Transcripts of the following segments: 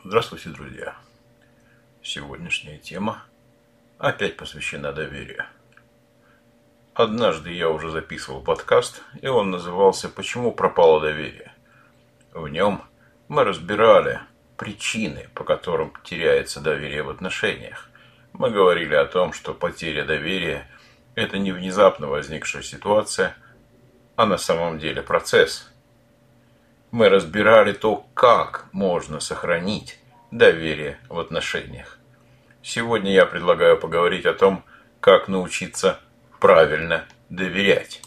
Здравствуйте, друзья! Сегодняшняя тема опять посвящена доверию. Однажды я уже записывал подкаст, и он назывался «Почему пропало доверие?». В нем мы разбирали причины, по которым теряется доверие в отношениях. Мы говорили о том, что потеря доверия – это не внезапно возникшая ситуация, а на самом деле процесс. Мы разбирали то, как можно сохранить доверие в отношениях. Сегодня я предлагаю поговорить о том, как научиться правильно доверять.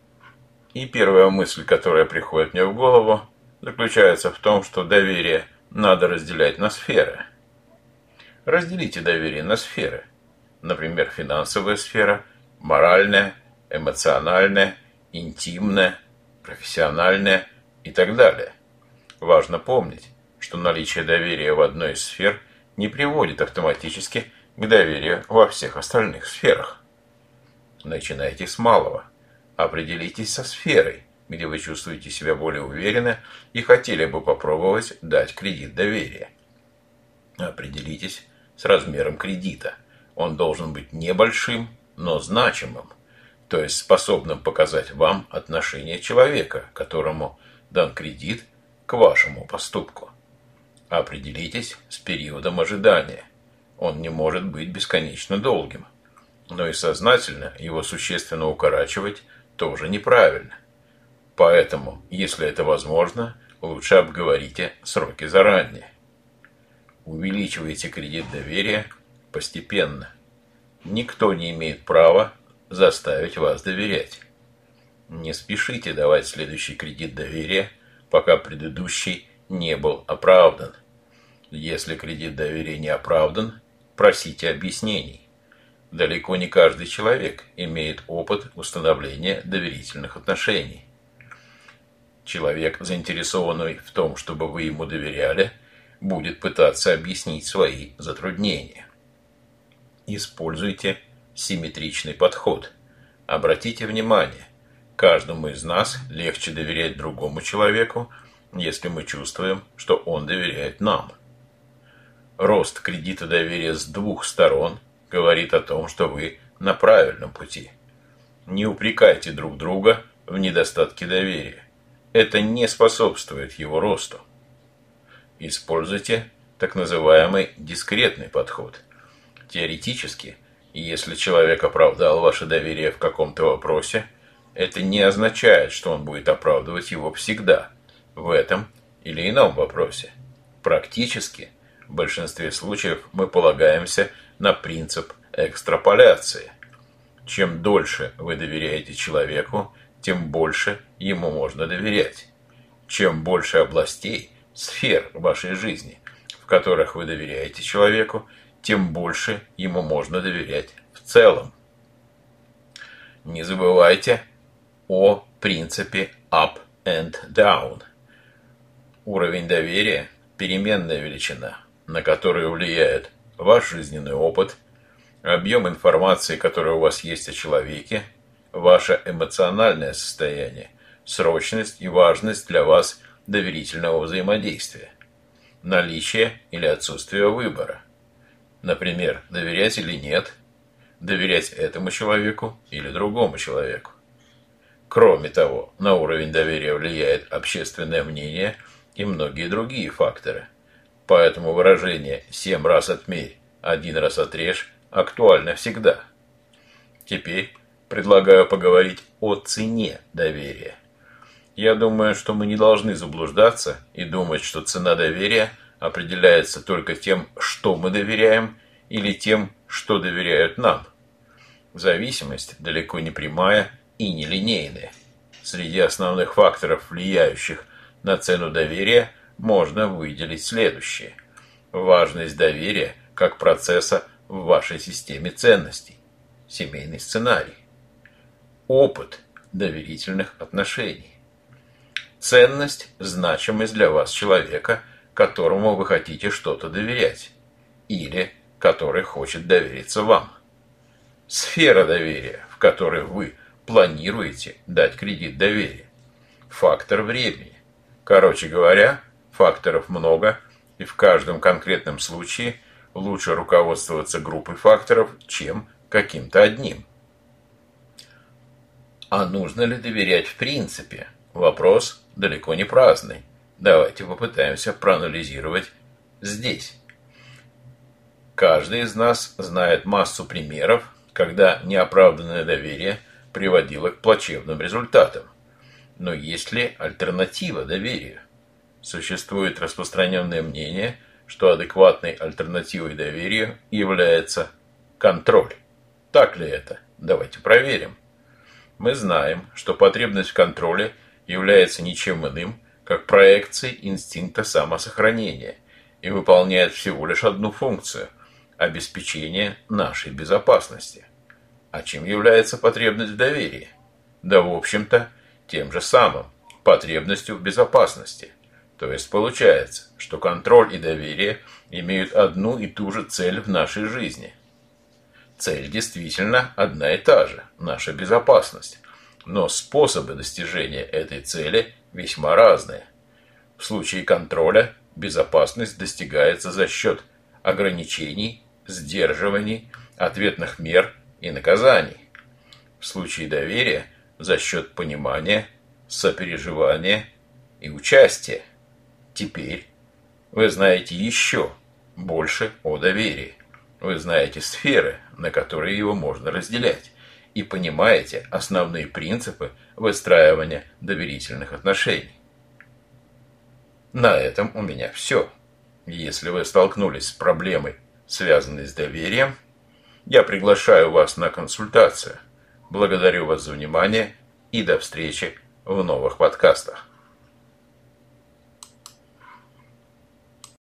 И первая мысль, которая приходит мне в голову, заключается в том, что доверие надо разделять на сферы. Разделите доверие на сферы. Например, финансовая сфера, моральная, эмоциональная, интимная, профессиональная и так далее. Важно помнить, что наличие доверия в одной из сфер не приводит автоматически к доверию во всех остальных сферах. Начинайте с малого. Определитесь со сферой, где вы чувствуете себя более уверенно и хотели бы попробовать дать кредит доверия. Определитесь с размером кредита. Он должен быть небольшим, но значимым, то есть способным показать вам отношение человека, которому дан кредит, к вашему поступку. Определитесь с периодом ожидания. Он не может быть бесконечно долгим. Но и сознательно его существенно укорачивать тоже неправильно. Поэтому, если это возможно, лучше обговорите сроки заранее. Увеличивайте кредит доверия постепенно. Никто не имеет права заставить вас доверять. Не спешите давать следующий кредит доверия, пока предыдущий не был оправдан. Если кредит доверия не оправдан, просите объяснений. Далеко не каждый человек имеет опыт установления доверительных отношений. Человек, заинтересованный в том, чтобы вы ему доверяли, будет пытаться объяснить свои затруднения. Используйте симметричный подход. Обратите внимание, каждому из нас легче доверять другому человеку, если мы чувствуем, что он доверяет нам. Рост кредита доверия с двух сторон говорит о том, что вы на правильном пути. Не упрекайте друг друга в недостатке доверия. Это не способствует его росту. Используйте так называемый дискретный подход. Теоретически, если человек оправдал ваше доверие в каком-то вопросе, это не означает, что он будет оправдывать его всегда, в этом или ином вопросе. Практически, в большинстве случаев мы полагаемся на принцип экстраполяции. Чем дольше вы доверяете человеку, тем больше ему можно доверять. Чем больше областей, сфер вашей жизни, в которых вы доверяете человеку, тем больше ему можно доверять в целом. Не забывайте о принципе up and down. Уровень доверия – переменная величина, на которую влияет ваш жизненный опыт, объем информации, который у вас есть о человеке, ваше эмоциональное состояние, срочность и важность для вас доверительного взаимодействия, наличие или отсутствие выбора. Например, доверять или нет, доверять этому человеку или другому человеку. Кроме того, на уровень доверия влияет общественное мнение и многие другие факторы. Поэтому выражение «7 раз отмерь, 1 раз отрежь» актуально всегда. Теперь предлагаю поговорить о цене доверия. Я думаю, что мы не должны заблуждаться и думать, что цена доверия определяется только тем, что мы доверяем, или тем, что доверяют нам. Зависимость далеко не прямая и не линейная. Среди основных факторов, влияющих на цену доверия, можно выделить следующее. Важность доверия как процесса в вашей системе ценностей. Семейный сценарий. Опыт доверительных отношений. Ценность, значимость для вас человека, которому вы хотите что-то доверять. Или который хочет довериться вам. Сфера доверия, в которой вы планируете дать кредит доверия. Фактор времени. Короче говоря, факторов много, И в каждом конкретном случае лучше руководствоваться группой факторов, чем каким-то одним. А нужно ли доверять в принципе? Вопрос далеко не праздный. Давайте попытаемся проанализировать здесь. Каждый из нас знает массу примеров, когда неоправданное доверие приводило к плачевным результатам. Но есть ли альтернатива доверию? Существует распространенное мнение, что адекватной альтернативой доверию является контроль. Так ли это? Давайте проверим. Мы знаем, что потребность в контроле является ничем иным, как проекцией инстинкта самосохранения и выполняет всего лишь одну функцию – обеспечение нашей безопасности. А чем является потребность в доверии? Да, в общем-то, тем же самым – потребностью в безопасности. То есть получается, что контроль и доверие имеют одну и ту же цель в нашей жизни. Цель действительно одна и та же – наша безопасность. Но способы достижения этой цели весьма разные. В случае контроля безопасность достигается за счет ограничений, сдерживаний, ответных мер и наказаний. В случае доверия – за счет понимания, сопереживания и участия. Теперь вы знаете еще больше о доверии. Вы знаете сферы, на которые его можно разделять, и понимаете основные принципы выстраивания доверительных отношений. На этом у меня все. Если вы столкнулись с проблемой, связанной с доверием, я приглашаю вас на консультацию. Благодарю вас за внимание и до встречи в новых подкастах.